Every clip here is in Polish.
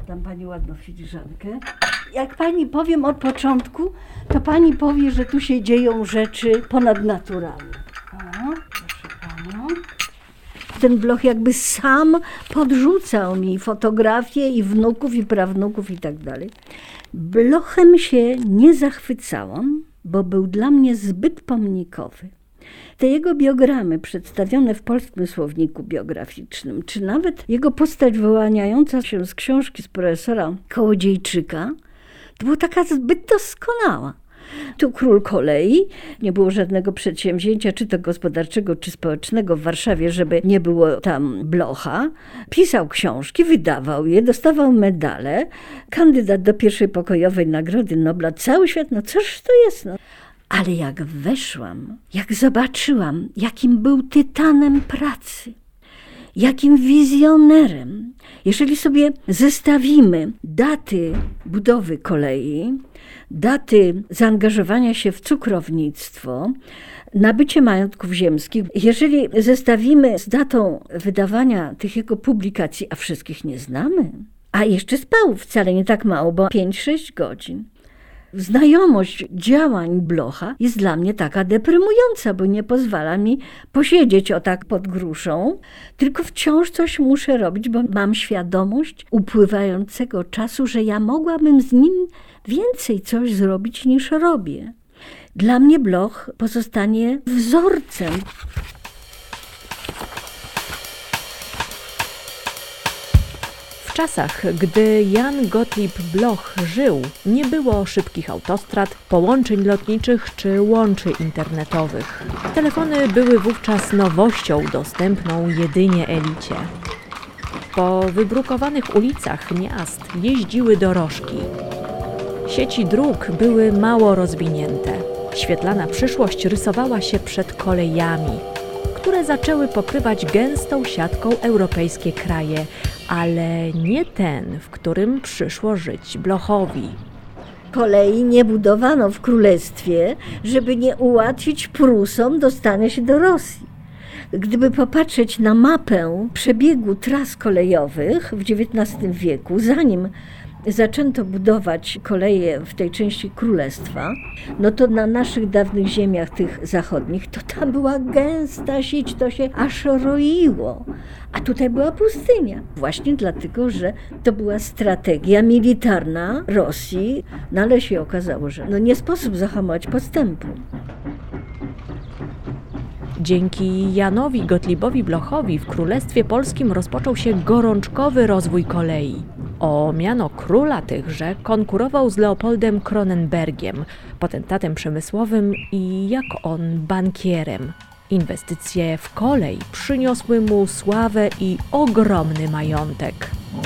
Dam pani ładną filiżankę. Jak pani powiem od początku, to pani powie, że tu się dzieją rzeczy ponadnaturalne. O, proszę panią. Ten bloch jakby sam podrzucał mi fotografie i wnuków, i prawnuków i tak dalej. Blochem się nie zachwycałam, bo był dla mnie zbyt pomnikowy. Te jego biogramy przedstawione w Polskim Słowniku Biograficznym, czy nawet jego postać wyłaniająca się z książki z profesora Kołodziejczyka, to była taka zbyt doskonała. Tu król kolei, nie było żadnego przedsięwzięcia, czy to gospodarczego, czy społecznego w Warszawie, żeby nie było tam Blocha. Pisał książki, wydawał je, dostawał medale. Kandydat do pierwszej pokojowej Nagrody Nobla. Cały świat, no cóż to jest, no. Ale jak weszłam, jak zobaczyłam, jakim był tytanem pracy, jakim wizjonerem. Jeżeli sobie zestawimy daty budowy kolei, daty zaangażowania się w cukrownictwo, nabycie majątków ziemskich, jeżeli zestawimy z datą wydawania tych jego publikacji, a wszystkich nie znamy, a jeszcze spał wcale nie tak mało, bo 5-6 godzin. Znajomość działań Blocha jest dla mnie taka deprymująca, bo nie pozwala mi posiedzieć o tak pod gruszą, tylko wciąż coś muszę robić, bo mam świadomość upływającego czasu, że ja mogłabym z nim więcej coś zrobić niż robię. Dla mnie Bloch pozostanie wzorcem. W czasach, gdy Jan Gottlieb Bloch żył, nie było szybkich autostrad, połączeń lotniczych czy łączy internetowych. Telefony były wówczas nowością dostępną jedynie elicie. Po wybrukowanych ulicach miast jeździły dorożki. Sieci dróg były mało rozwinięte. Świetlana przyszłość rysowała się przed kolejami, które zaczęły pokrywać gęstą siatką europejskie kraje, ale nie ten, w którym przyszło żyć Blochowi. Kolei nie budowano w królestwie, żeby nie ułatwić Prusom dostania się do Rosji. Gdyby popatrzeć na mapę przebiegu tras kolejowych w XIX wieku, zanim zaczęto budować koleje w tej części królestwa, no to na naszych dawnych ziemiach tych zachodnich, to tam była gęsta sieć, to się aż roiło. A tutaj była pustynia. Właśnie dlatego, że to była strategia militarna Rosji, no ale się okazało, że no nie sposób zahamować postępu. Dzięki Janowi Gottliebowi Blochowi w Królestwie Polskim rozpoczął się gorączkowy rozwój kolei. O miano króla tychże konkurował z Leopoldem Kronenbergiem, potentatem przemysłowym i jak on bankierem. Inwestycje w kolej przyniosły mu sławę i ogromny majątek.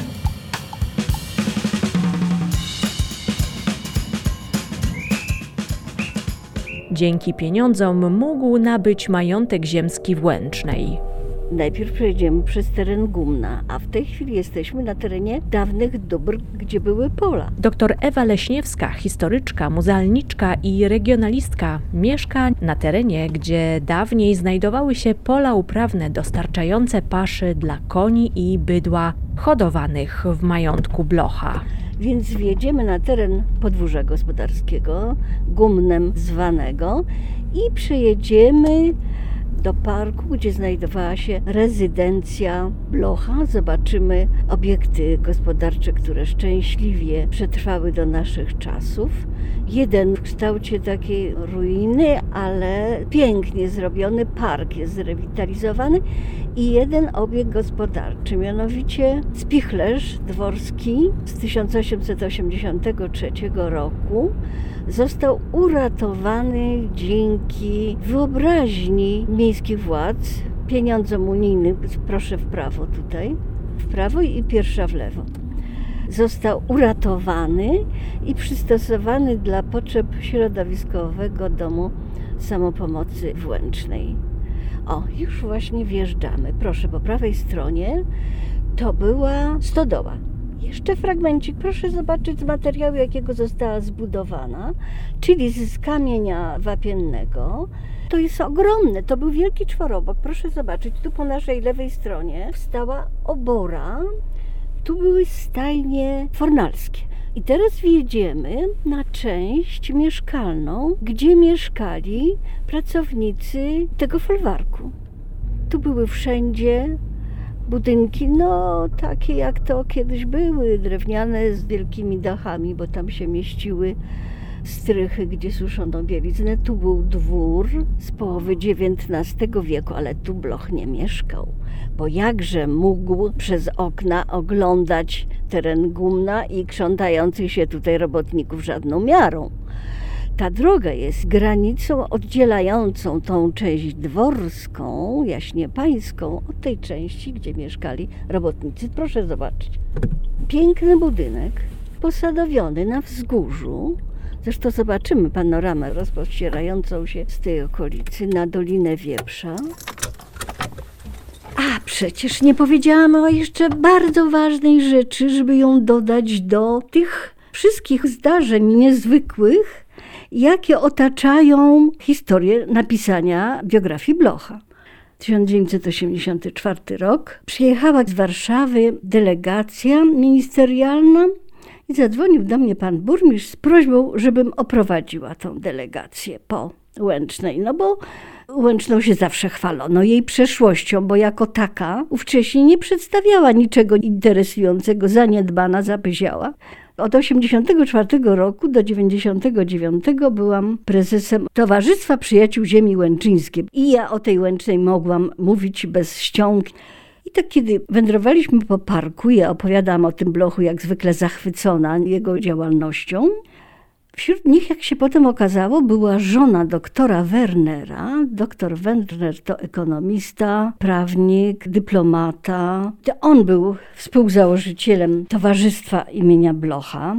Dzięki pieniądzom mógł nabyć majątek ziemski w Łęcznej. Najpierw przejdziemy przez teren Gumna, a w tej chwili jesteśmy na terenie dawnych dóbr, gdzie były pola. Dr Ewa Leśniewska, historyczka, muzealniczka i regionalistka, mieszka na terenie, gdzie dawniej znajdowały się pola uprawne dostarczające paszy dla koni i bydła hodowanych w majątku Blocha. Więc wjedziemy na teren podwórza gospodarskiego, Gumnem zwanego, i przejedziemy do parku, gdzie znajdowała się rezydencja Blocha. Zobaczymy obiekty gospodarcze, które szczęśliwie przetrwały do naszych czasów. Jeden w kształcie takiej ruiny, ale pięknie zrobiony park jest zrewitalizowany, i jeden obiekt gospodarczy, mianowicie spichlerz dworski z 1883 roku został uratowany dzięki wyobraźni miejskich władz, pieniądzom unijnym, proszę w prawo tutaj, w prawo i pierwsza w lewo. Został uratowany i przystosowany dla potrzeb środowiskowego domu samopomocy w Łęcznej. O, już właśnie wjeżdżamy. Proszę, po prawej stronie to była stodoła. Jeszcze fragmencik, proszę zobaczyć z materiału, jakiego została zbudowana, czyli z kamienia wapiennego. To jest ogromne, to był wielki czworobok. Proszę zobaczyć, tu po naszej lewej stronie stała obora Tu były stajnie fornalskie. I teraz wjedziemy na część mieszkalną, gdzie mieszkali pracownicy tego folwarku. Tu były wszędzie budynki, takie jak to kiedyś były, drewniane z wielkimi dachami, bo tam się mieściły strychy, gdzie suszono bieliznę. Tu był dwór z połowy XIX wieku, ale tu Bloch nie mieszkał, bo jakże mógł przez okna oglądać teren gumna i krzątających się tutaj robotników żadną miarą. Ta droga jest granicą oddzielającą tą część dworską, jaśniepańską, od tej części, gdzie mieszkali robotnicy. Proszę zobaczyć. Piękny budynek, posadowiony na wzgórzu. Zresztą zobaczymy panoramę rozpościerającą się z tej okolicy na Dolinę Wieprza. A przecież nie powiedziałam o jeszcze bardzo ważnej rzeczy, żeby ją dodać do tych wszystkich zdarzeń niezwykłych, jakie otaczają historię napisania biografii Blocha. 1984 rok. Przyjechała z Warszawy delegacja ministerialna i zadzwonił do mnie pan burmistrz z prośbą, żebym oprowadziła tą delegację po Łęcznej. Bo Łęczną się zawsze chwalono jej przeszłością, bo jako taka ówcześnie nie przedstawiała niczego interesującego, zaniedbana, zapyziała. Od 1984 roku do 1999 byłam prezesem Towarzystwa Przyjaciół Ziemi Łęczyńskiej i ja o tej Łęcznej mogłam mówić bez ściąg. I tak kiedy wędrowaliśmy po parku, ja opowiadałam o tym Blochu jak zwykle zachwycona jego działalnością. Wśród nich, jak się potem okazało, była żona doktora Wernera. Doktor Werner to ekonomista, prawnik, dyplomata. On był współzałożycielem Towarzystwa imienia Blocha.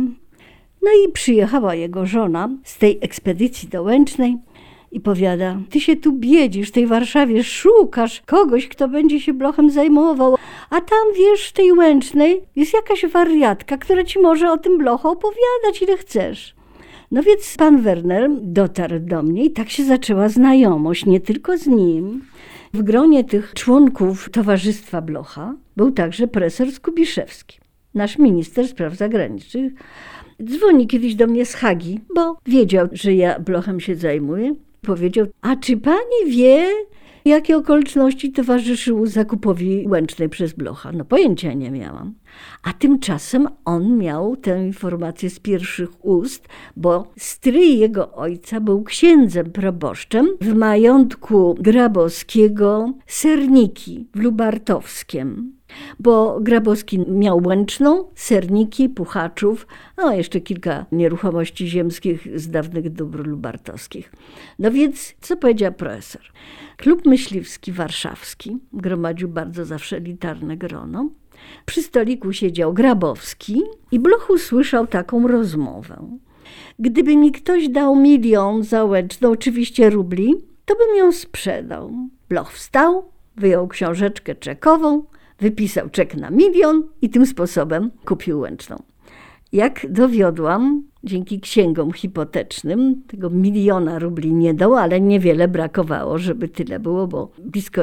No i przyjechała jego żona z tej ekspedycji do Łęcznej i powiada: ty się tu biedzisz w tej Warszawie, szukasz kogoś, kto będzie się Blochem zajmował, a tam, wiesz, w tej Łęcznej jest jakaś wariatka, która ci może o tym Blochu opowiadać ile chcesz. No więc pan Werner dotarł do mnie i tak się zaczęła znajomość, nie tylko z nim. W gronie tych członków Towarzystwa Blocha był także profesor Skubiszewski, nasz minister spraw zagranicznych. Dzwoni kiedyś do mnie z Hagi, bo wiedział, że ja Blochem się zajmuję. Powiedział: a czy pani wie, jakie okoliczności towarzyszyły zakupowi Łęcznej przez Blocha? No pojęcia nie miałam. A tymczasem on miał tę informację z pierwszych ust, bo stryj jego ojca był księdzem proboszczem w majątku Grabowskiego Serniki w Lubartowskiem. Bo Grabowski miał Łęczną, Serniki, Puchaczów, jeszcze kilka nieruchomości ziemskich z dawnych dóbr lubartowskich. No więc, co powiedział profesor? Klub Myśliwski Warszawski gromadził bardzo zawsze elitarne grono. Przy stoliku siedział Grabowski i Bloch usłyszał taką rozmowę. Gdyby mi ktoś dał 1 000 000 za Łęczną, oczywiście rubli, to bym ją sprzedał. Bloch wstał, wyjął książeczkę czekową, wypisał czek na 1 000 000 i tym sposobem kupił Łęczną. Jak dowiodłam, dzięki księgom hipotecznym, tego 1 000 000 rubli nie dał, ale niewiele brakowało, żeby tyle było, bo blisko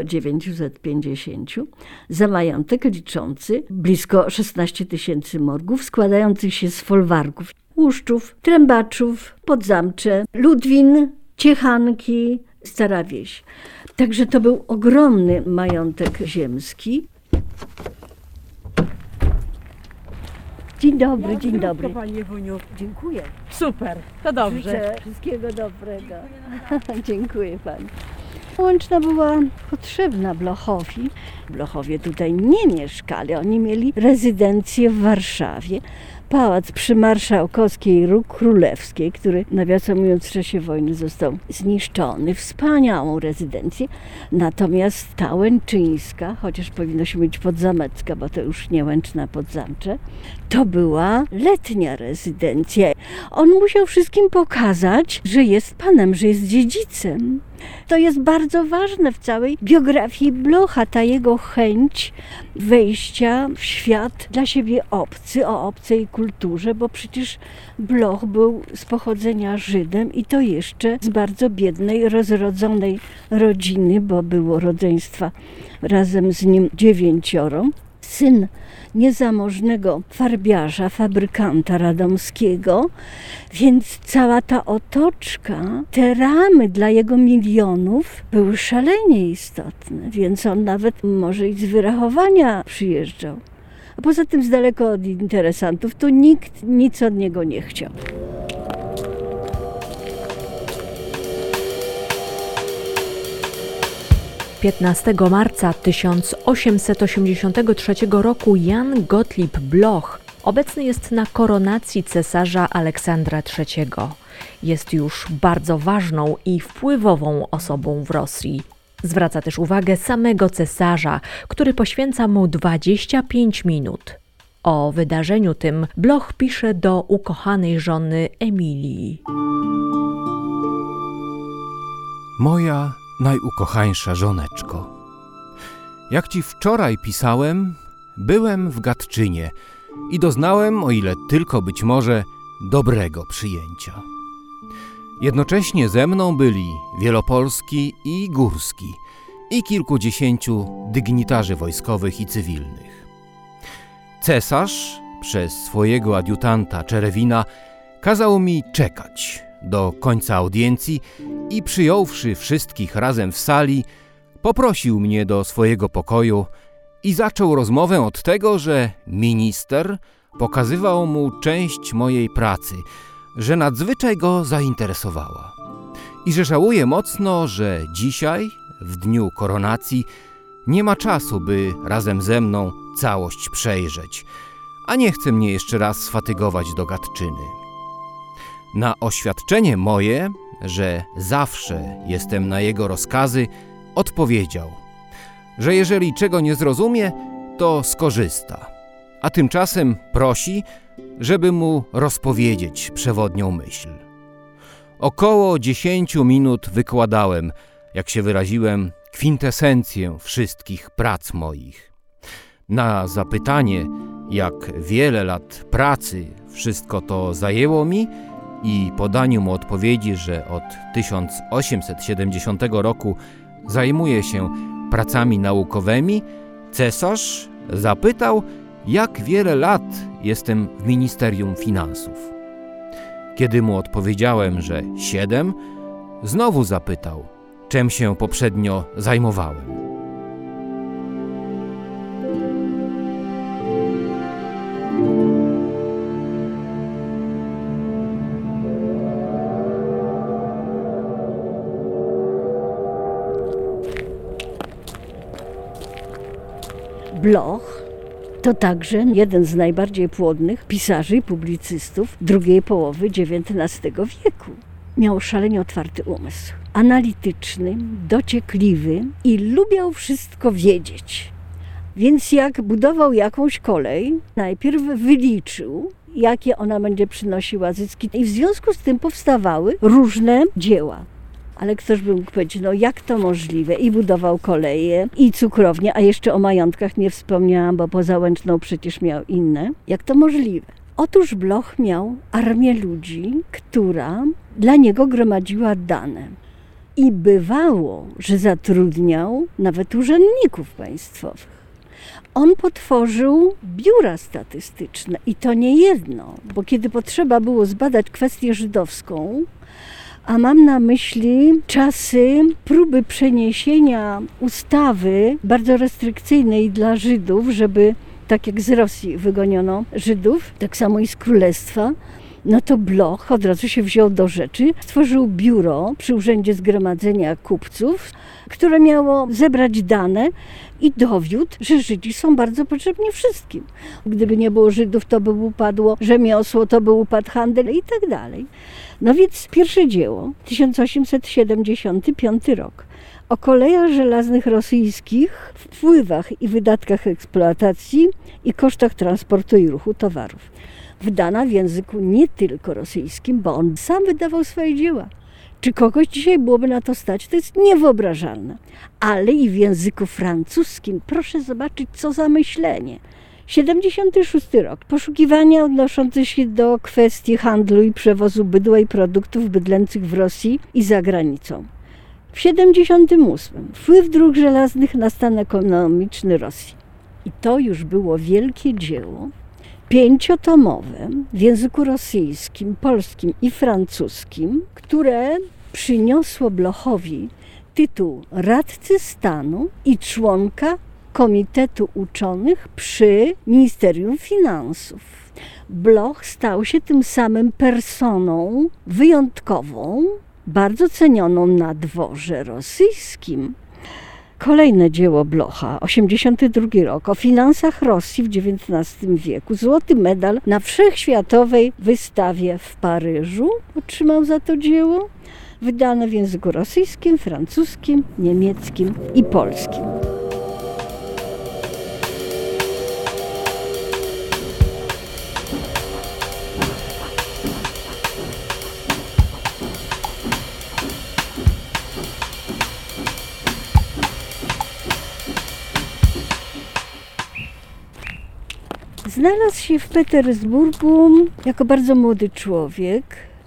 950. Za majątek liczący blisko 16 000 morgów, składających się z folwarków, Łuszczów, Trębaczów, Podzamcze, Ludwin, Ciechanki, Stara Wieś. Także to był ogromny majątek ziemski. Dzień dobry, dzień dobry. Pani Ewuniu. Dziękuję. Super, to dobrze. Życzę wszystkiego dobrego. Dziękuję pani. Łęczna była potrzebna Blochowi. Blochowie tutaj nie mieszkali, oni mieli rezydencję w Warszawie. Pałac przy Marszałkowskiej Królewskiej, który, nawiasem mówiąc, w czasie wojny został zniszczony. Wspaniałą rezydencję. Natomiast ta łęczyńska, chociaż powinno się być podzamecka, bo to już nie Łęczna Podzamcze, to była letnia rezydencja. On musiał wszystkim pokazać, że jest panem, że jest dziedzicem. To jest bardzo ważne w całej biografii Blocha, ta jego chęć wejścia w świat dla siebie obcy, o obcej kulturze, bo przecież Bloch był z pochodzenia Żydem i to jeszcze z bardzo biednej, rozrodzonej rodziny, bo było rodzeństwa razem z nim 9. syn niezamożnego farbiarza, fabrykanta radomskiego, więc cała ta otoczka, te ramy dla jego milionów były szalenie istotne, więc on nawet może i z wyrachowania przyjeżdżał. A poza tym z daleka od interesantów, to nikt nic od niego nie chciał. Piętnastego marca 1883 roku Jan Gottlieb Bloch obecny jest na koronacji cesarza Aleksandra III. Jest już bardzo ważną i wpływową osobą w Rosji. Zwraca też uwagę samego cesarza, który poświęca mu 25 minut. O wydarzeniu tym Bloch pisze do ukochanej żony Emilii. Moja najukochańsza żoneczko, jak ci wczoraj pisałem, byłem w Gatczynie i doznałem, o ile tylko być może, dobrego przyjęcia. Jednocześnie ze mną byli Wielopolski i Górski i kilkudziesięciu dygnitarzy wojskowych i cywilnych. Cesarz przez swojego adiutanta Czerewina kazał mi czekać do końca audiencji i przyjąwszy wszystkich razem w sali, poprosił mnie do swojego pokoju i zaczął rozmowę od tego, że minister pokazywał mu część mojej pracy, że nadzwyczaj go zainteresowała i że żałuje mocno, że dzisiaj, w dniu koronacji, nie ma czasu, by razem ze mną całość przejrzeć, a nie chce mnie jeszcze raz sfatygować do Gatczyny. Na oświadczenie moje, że zawsze jestem na jego rozkazy, odpowiedział, że jeżeli czego nie zrozumie, to skorzysta, a tymczasem prosi, żeby mu rozpowiedzieć przewodnią myśl. Około 10 minut wykładałem, jak się wyraziłem, kwintesencję wszystkich prac moich. Na zapytanie, jak wiele lat pracy wszystko to zajęło mi i podaniu mu odpowiedzi, że od 1870 roku zajmuję się pracami naukowymi, cesarz zapytał, jak wiele lat jestem w Ministerium Finansów. Kiedy mu odpowiedziałem, że 7, znowu zapytał, czym się poprzednio zajmowałem. Bloch to także jeden z najbardziej płodnych pisarzy i publicystów drugiej połowy XIX wieku. Miał szalenie otwarty umysł, analityczny, dociekliwy i lubiał wszystko wiedzieć. Więc jak budował jakąś kolej, najpierw wyliczył, jakie ona będzie przynosiła zyski i w związku z tym powstawały różne dzieła. Ale ktoś by mógł powiedzieć, no jak to możliwe? I budował koleje, i cukrownię, a jeszcze o majątkach nie wspomniałam, bo poza Łęczną przecież miał inne. Jak to możliwe? Otóż Bloch miał armię ludzi, która dla niego gromadziła dane. I bywało, że zatrudniał nawet urzędników państwowych. On potworzył biura statystyczne i to nie jedno, bo kiedy potrzeba było zbadać kwestię żydowską, a mam na myśli czasy próby przeniesienia ustawy bardzo restrykcyjnej dla Żydów, żeby tak jak z Rosji wygoniono Żydów, tak samo i z Królestwa, no to Bloch od razu się wziął do rzeczy. Stworzył biuro przy Urzędzie Zgromadzenia Kupców, które miało zebrać dane i dowiódł, że Żydzi są bardzo potrzebni wszystkim. Gdyby nie było Żydów, to by upadło rzemiosło, to by upadł handel i tak dalej. No więc pierwsze dzieło, 1875 rok, o kolejach żelaznych rosyjskich, wpływach i wydatkach eksploatacji i kosztach transportu i ruchu towarów. Wydana w języku nie tylko rosyjskim, bo on sam wydawał swoje dzieła. Czy kogoś dzisiaj byłoby na to stać? To jest niewyobrażalne. Ale i w języku francuskim, proszę zobaczyć, co za myślenie. 76 rok. Poszukiwania odnoszące się do kwestii handlu i przewozu bydła i produktów bydlęcych w Rosji i za granicą. W 78. Wpływ dróg żelaznych na stan ekonomiczny Rosji. I to już było wielkie dzieło, 5-tomowe w języku rosyjskim, polskim i francuskim, które przyniosło Blochowi tytuł radcy stanu i członka Komitetu Uczonych przy Ministerium Finansów. Bloch stał się tym samym personą wyjątkową, bardzo cenioną na dworze rosyjskim. Kolejne dzieło Blocha, 82 rok, o finansach Rosji w XIX wieku. Złoty medal na wszechświatowej wystawie w Paryżu otrzymał za to dzieło, wydane w języku rosyjskim, francuskim, niemieckim i polskim. Znalazł się w Petersburgu jako bardzo młody człowiek,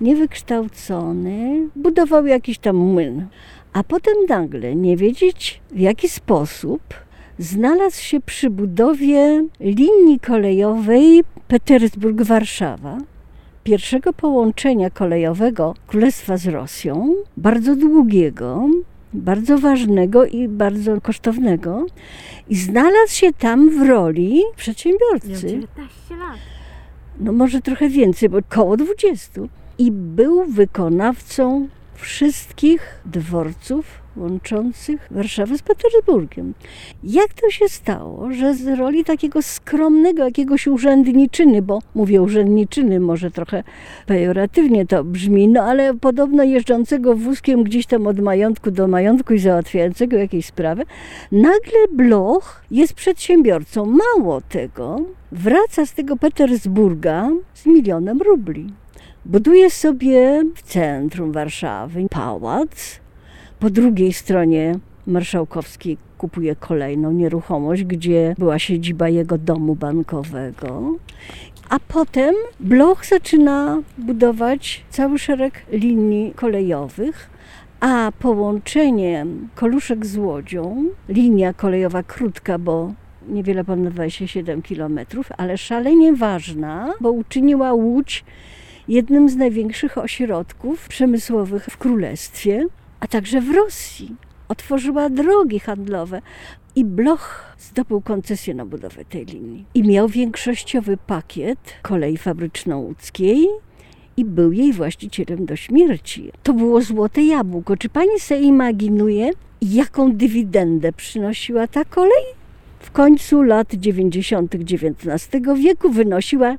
niewykształcony, budował jakiś tam młyn. A potem nagle, nie wiedzieć w jaki sposób, znalazł się przy budowie linii kolejowej Petersburg-Warszawa, pierwszego połączenia kolejowego Królestwa z Rosją, bardzo długiego, bardzo ważnego i bardzo kosztownego, i znalazł się tam w roli przedsiębiorcy. Miał 19 lat. No może trochę więcej, bo koło 20. I był wykonawcą wszystkich dworców łączących Warszawę z Petersburgiem. Jak to się stało, że z roli takiego skromnego jakiegoś urzędniczyny, bo mówię urzędniczyny, może trochę pejoratywnie to brzmi, no ale podobno jeżdżącego wózkiem gdzieś tam od majątku do majątku i załatwiającego jakieś sprawy, nagle Bloch jest przedsiębiorcą. Mało tego, wraca z tego Petersburga z 1 000 000 rubli. Buduje sobie w centrum Warszawy pałac. Po drugiej stronie Marszałkowskiej kupuje kolejną nieruchomość, gdzie była siedziba jego domu bankowego. A potem Bloch zaczyna budować cały szereg linii kolejowych, a połączenie Koluszek z Łodzią, linia kolejowa krótka, bo niewiele ponad 27 kilometrów, ale szalenie ważna, bo uczyniła Łódź jednym z największych ośrodków przemysłowych w Królestwie, a także w Rosji. Otworzyła drogi handlowe i Bloch zdobył koncesję na budowę tej linii. I miał większościowy pakiet kolei fabryczno-łódzkiej i był jej właścicielem do śmierci. To było złote jabłko. Czy pani sobie imaginuje, jaką dywidendę przynosiła ta kolej? W końcu lat 90. XIX wieku wynosiła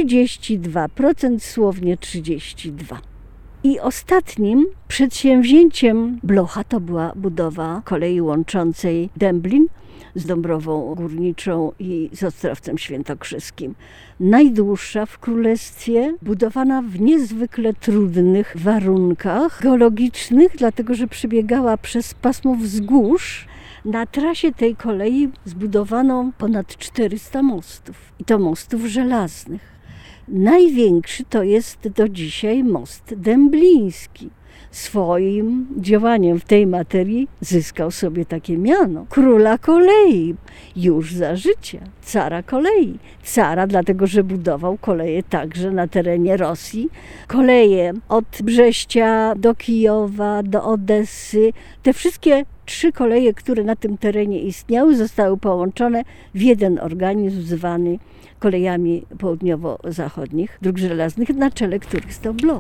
32%, słownie 32%. I ostatnim przedsięwzięciem Blocha to była budowa kolei łączącej Dęblin z Dąbrową Górniczą i z Ostrowcem Świętokrzyskim. Najdłuższa w Królestwie, budowana w niezwykle trudnych warunkach geologicznych, dlatego że przebiegała przez pasmo wzgórz. Na trasie tej kolei zbudowano ponad 400 mostów i to mostów żelaznych. Największy to jest do dzisiaj most dębliński. Swoim działaniem w tej materii zyskał sobie takie miano króla kolei już za życia, cara kolei. Cara dlatego, że budował koleje także na terenie Rosji. Koleje od Brześcia do Kijowa, do Odessy. Te wszystkie 3 koleje, które na tym terenie istniały, zostały połączone w jeden organizm zwany kolejami południowo-zachodnich dróg żelaznych, na czele których stał Bloch.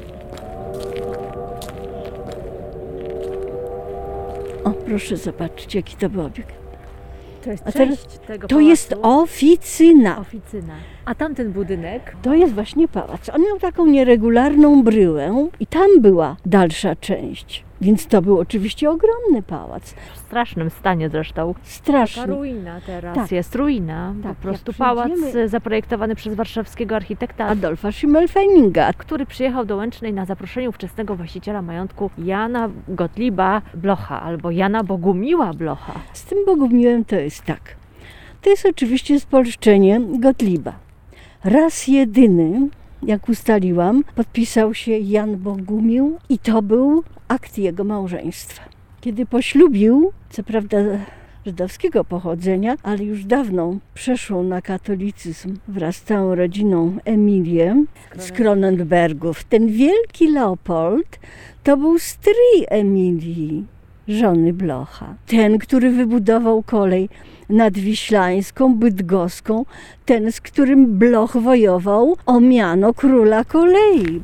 O, proszę zobaczyć, jaki to był obiekt. To jest A część teraz tego to pałacu. jest oficyna. Oficyna. A tamten budynek? To jest właśnie pałac. On miał taką nieregularną bryłę i tam była dalsza część. Więc to był oczywiście ogromny pałac. W strasznym stanie zresztą. Straszny. Taka ruina teraz. Tak. Jest ruina. Tak, Po prostu jak pałac przyjdziemy- zaprojektowany przez warszawskiego architekta, Adolfa Schimmelfeininga. który przyjechał do Łęcznej na zaproszenie ówczesnego właściciela majątku Jana Gottlieba Blocha albo Jana Bogumiła Blocha. Z tym Bogumiłem to jest tak. To jest oczywiście spolszczenie Gottlieba. Raz jedyny, jak ustaliłam, podpisał się Jan Bogumił i to był akt jego małżeństwa. Kiedy poślubił, co prawda żydowskiego pochodzenia, ale już dawno przeszłą na katolicyzm wraz z całą rodziną Emilię z Kronenbergów. Ten wielki Leopold to był stryj Emilii, żony Blocha. Ten, który wybudował kolej nadwiślańską, bydgoską, ten, z którym Bloch wojował o miano króla kolei.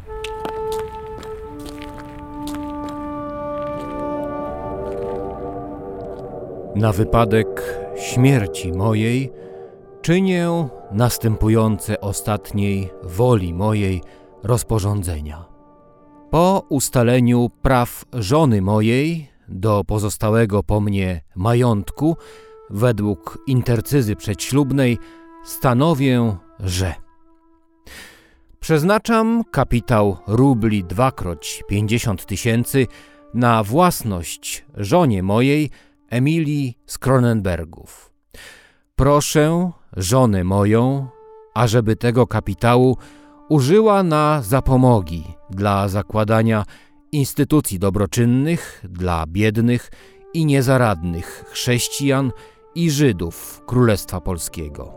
Na wypadek śmierci mojej czynię następujące ostatniej woli mojej rozporządzenia. Po ustaleniu praw żony mojej do pozostałego po mnie majątku według intercyzy przedślubnej stanowię, że przeznaczam kapitał rubli 2x50 000 na własność żonie mojej Emilii z Kronenbergów. Proszę żonę moją, ażeby tego kapitału użyła na zapomogi dla zakładania instytucji dobroczynnych dla biednych i niezaradnych chrześcijan i Żydów Królestwa Polskiego.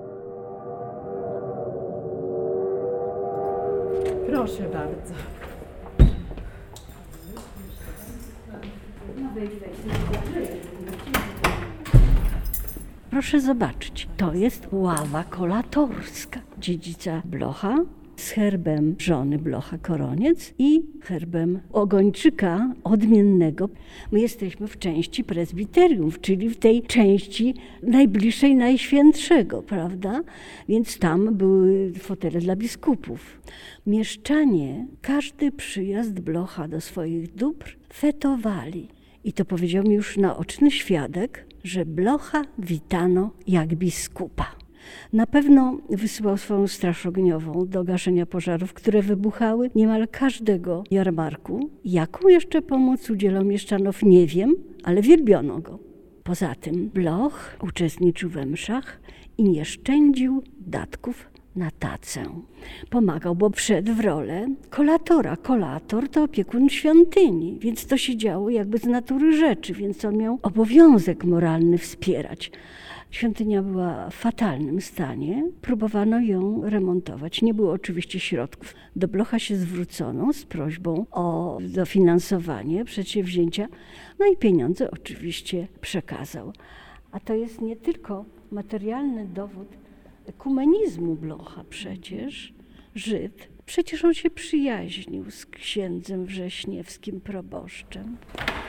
Proszę bardzo. Proszę zobaczyć, to jest ława kolatorska dziedzica Blocha z herbem żony Blocha Koroniec i herbem Ogończyka odmiennego. My jesteśmy w części prezbiterium, czyli w tej części najbliższej Najświętszego, prawda? Więc tam były fotele dla biskupów. Mieszczanie każdy przyjazd Blocha do swoich dóbr fetowali. I to powiedział mi już naoczny świadek, że Blocha witano jak biskupa. Na pewno wysyłał swoją straż ogniową do gaszenia pożarów, które wybuchały niemal każdego jarmarku. Jaką jeszcze pomoc udzielał mieszczanów, nie wiem, ale wielbiono go. Poza tym Bloch uczestniczył we mszach i nie szczędził datków na tacę. Pomagał, bo wszedł w rolę kolatora. Kolator to opiekun świątyni, więc to się działo jakby z natury rzeczy, więc on miał obowiązek moralny wspierać. Świątynia była w fatalnym stanie, próbowano ją remontować. Nie było oczywiście środków. Do Blocha się zwrócono z prośbą o dofinansowanie przedsięwzięcia, no i pieniądze oczywiście przekazał. A to jest nie tylko materialny dowód ekumenizmu Blocha przecież, Żyd. Przecież on się przyjaźnił z księdzem wrześniewskim proboszczem.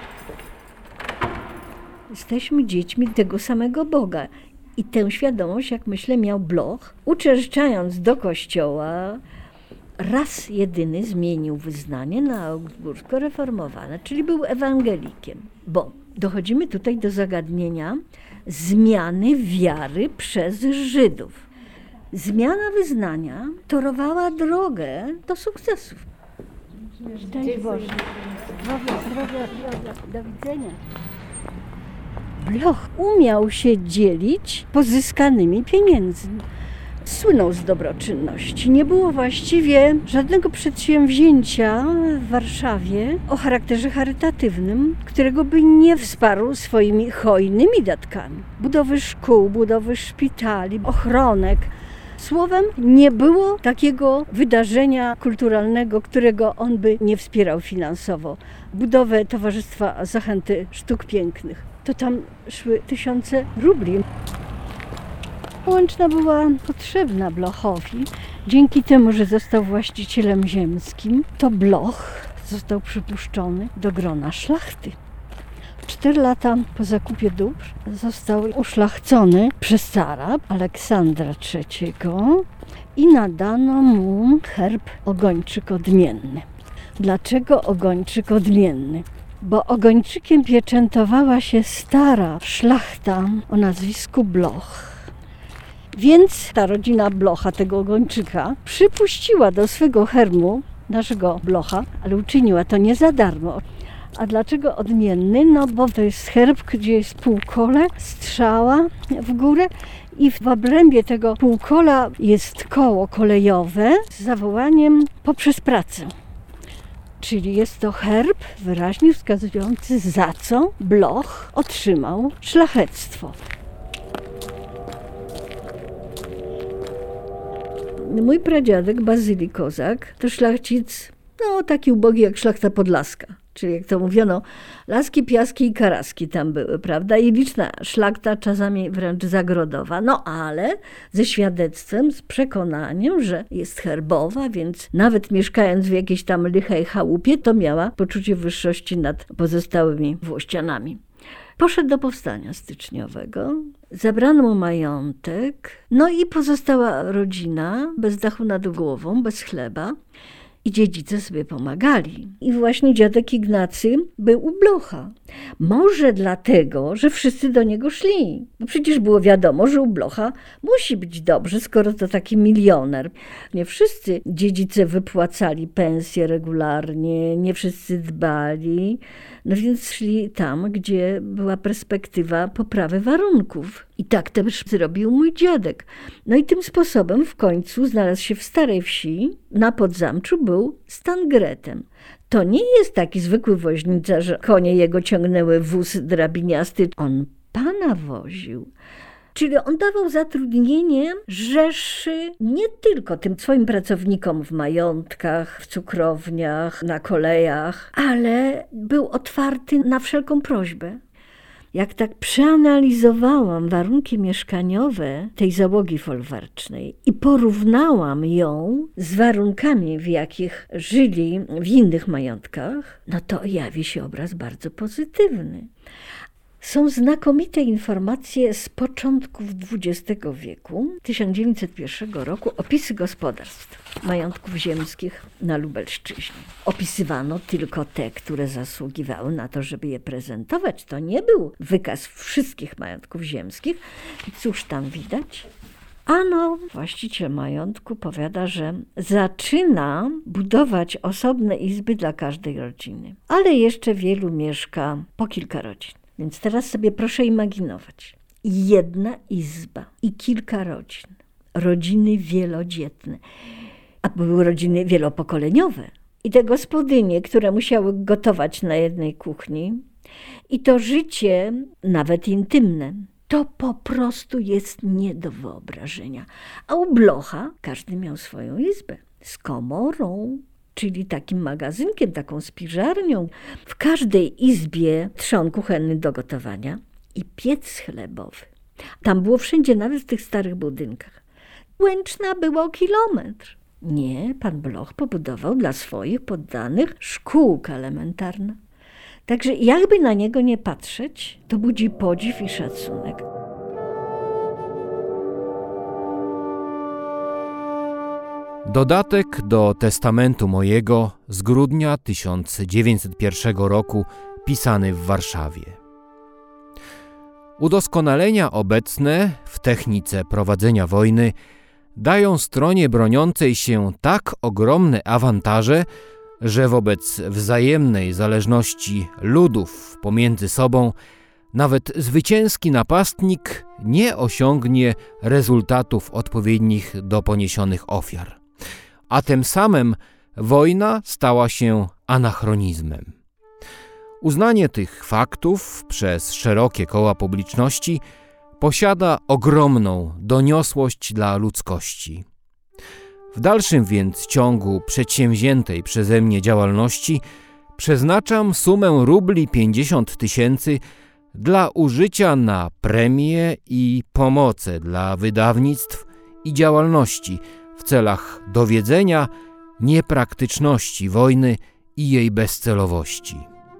Jesteśmy dziećmi tego samego Boga i tę świadomość, jak myślę, miał Bloch. Uczęszczając do kościoła, raz jedyny zmienił wyznanie na augsbursko-reformowane, czyli był ewangelikiem. Bo dochodzimy tutaj do zagadnienia zmiany wiary przez Żydów. Zmiana wyznania torowała drogę do sukcesów. Szczęść Boże. Zdrowia. Do widzenia. Bloch umiał się dzielić pozyskanymi pieniędzmi. Słynął z dobroczynności. Nie było właściwie żadnego przedsięwzięcia w Warszawie o charakterze charytatywnym, którego by nie wsparł swoimi hojnymi datkami. Budowy szkół, budowy szpitali, ochronek. Słowem, nie było takiego wydarzenia kulturalnego, którego on by nie wspierał finansowo. Budowę Towarzystwa Zachęty Sztuk Pięknych. To tam szły tysiące rubli. Łęczna była potrzebna Blochowi. Dzięki temu, że został właścicielem ziemskim, to Bloch został przypuszczony do grona szlachty. 4 lata po zakupie dóbr został uszlachcony przez cara Aleksandra III i nadano mu herb Ogończyk Odmienny. Dlaczego Ogończyk Odmienny? Bo Ogończykiem pieczętowała się stara szlachta o nazwisku Bloch. Więc ta rodzina Blocha, tego Ogończyka, przypuściła do swego herbu naszego Blocha, ale uczyniła to nie za darmo. A dlaczego odmienny? No bo to jest herb, gdzie jest półkole, strzała w górę i w obrębie tego półkola jest koło kolejowe z zawołaniem poprzez pracę. Czyli jest to herb wyraźnie wskazujący, za co Bloch otrzymał szlachectwo. Mój pradziadek Bazyli Kozak to szlachcic, taki ubogi jak szlachta podlaska. Czyli jak to mówiono, laski, piaski i karaski tam były, prawda? I liczna szlachta, czasami wręcz zagrodowa. Ale ze świadectwem, z przekonaniem, że jest herbowa, więc nawet mieszkając w jakiejś tam lichej chałupie, to miała poczucie wyższości nad pozostałymi włościanami. Poszedł do powstania styczniowego, zabrano mu majątek, i pozostała rodzina bez dachu nad głową, bez chleba. I dziedzice sobie pomagali. I właśnie dziadek Ignacy był u Blocha. Może dlatego, że wszyscy do niego szli. Bo przecież było wiadomo, że u Blocha musi być dobrze, skoro to taki milioner. Nie wszyscy dziedzice wypłacali pensje regularnie, nie wszyscy dbali. Więc szli tam, gdzie była perspektywa poprawy warunków. I tak też zrobił mój dziadek. I tym sposobem w końcu znalazł się w Starej Wsi. Na Podzamczu był stangretem. To nie jest taki zwykły woźnica, że konie jego ciągnęły wóz drabiniasty. On pana woził. Czyli on dawał zatrudnienie rzeszy nie tylko tym swoim pracownikom w majątkach, w cukrowniach, na kolejach, ale był otwarty na wszelką prośbę. Jak tak przeanalizowałam warunki mieszkaniowe tej załogi folwarcznej i porównałam ją z warunkami, w jakich żyli w innych majątkach, to jawi się obraz bardzo pozytywny. Są znakomite informacje z początków XX wieku, 1901 roku, opisy gospodarstw, majątków ziemskich na Lubelszczyźnie. Opisywano tylko te, które zasługiwały na to, żeby je prezentować. To nie był wykaz wszystkich majątków ziemskich. I cóż tam widać? Właściciel majątku powiada, że zaczyna budować osobne izby dla każdej rodziny, ale jeszcze wielu mieszka po kilka rodzin. Więc teraz sobie proszę imaginować. Jedna izba i kilka rodzin. Rodziny wielodzietne. A były rodziny wielopokoleniowe. I te gospodynie, które musiały gotować na jednej kuchni. I to życie, nawet intymne, to po prostu jest nie do wyobrażenia. A u Blocha każdy miał swoją izbę z komorą, czyli takim magazynkiem, taką spiżarnią. W każdej izbie trzon kuchenny do gotowania i piec chlebowy. Tam było wszędzie, nawet w tych starych budynkach. Łęczna była o kilometr. Nie, pan Bloch pobudował dla swoich poddanych szkółka elementarna. Także jakby na niego nie patrzeć, to budzi podziw i szacunek. Dodatek do testamentu mojego z grudnia 1901 roku, pisany w Warszawie. Udoskonalenia obecne w technice prowadzenia wojny dają stronie broniącej się tak ogromne awantaże, że wobec wzajemnej zależności ludów pomiędzy sobą nawet zwycięski napastnik nie osiągnie rezultatów odpowiednich do poniesionych ofiar. A tym samym wojna stała się anachronizmem. Uznanie tych faktów przez szerokie koła publiczności posiada ogromną doniosłość dla ludzkości. W dalszym więc ciągu przedsięwziętej przeze mnie działalności przeznaczam sumę rubli 50 000 dla użycia na premie i pomoce dla wydawnictw i działalności w celach dowiedzenia niepraktyczności wojny i jej bezcelowości.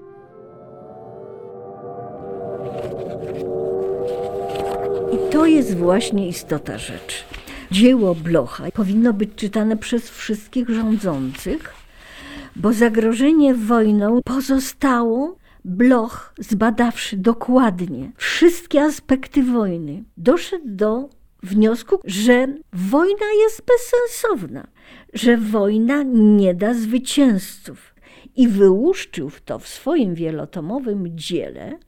I to jest właśnie istota rzeczy. Dzieło Blocha powinno być czytane przez wszystkich rządzących, bo zagrożenie wojną pozostało. Bloch, zbadawszy dokładnie wszystkie aspekty wojny, doszedł do wniosku, że wojna jest bezsensowna, że wojna nie da zwycięzców. I wyłuszczył to w swoim wielotomowym dziele.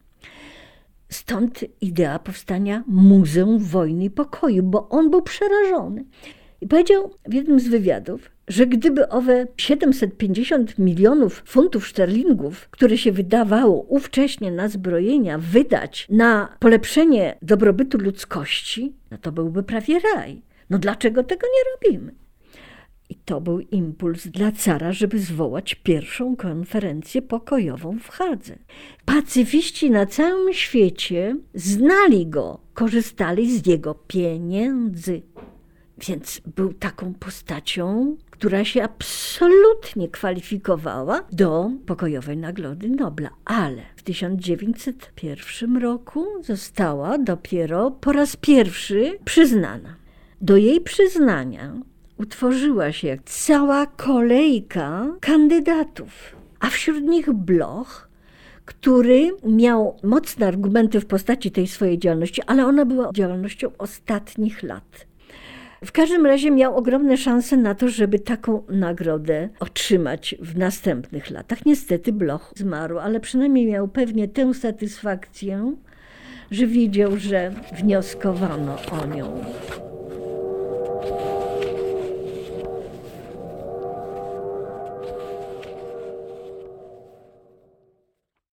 Stąd idea powstania Muzeum Wojny i Pokoju, bo on był przerażony. I powiedział w jednym z wywiadów, że gdyby owe 750 milionów funtów szterlingów, które się wydawało ówcześnie na zbrojenia, wydać na polepszenie dobrobytu ludzkości, no to byłby prawie raj. No dlaczego tego nie robimy? I to był impuls dla cara, żeby zwołać pierwszą konferencję pokojową w Hadze. Pacyfiści na całym świecie znali go, korzystali z jego pieniędzy. Więc był taką postacią, która się absolutnie kwalifikowała do pokojowej Nagrody Nobla. Ale w 1901 roku została dopiero po raz pierwszy przyznana. Do jej przyznania utworzyła się cała kolejka kandydatów, a wśród nich Bloch, który miał mocne argumenty w postaci tej swojej działalności, ale ona była działalnością ostatnich lat. W każdym razie miał ogromne szanse na to, żeby taką nagrodę otrzymać w następnych latach. Niestety Bloch zmarł, ale przynajmniej miał pewnie tę satysfakcję, że wiedział, że wnioskowano o nią.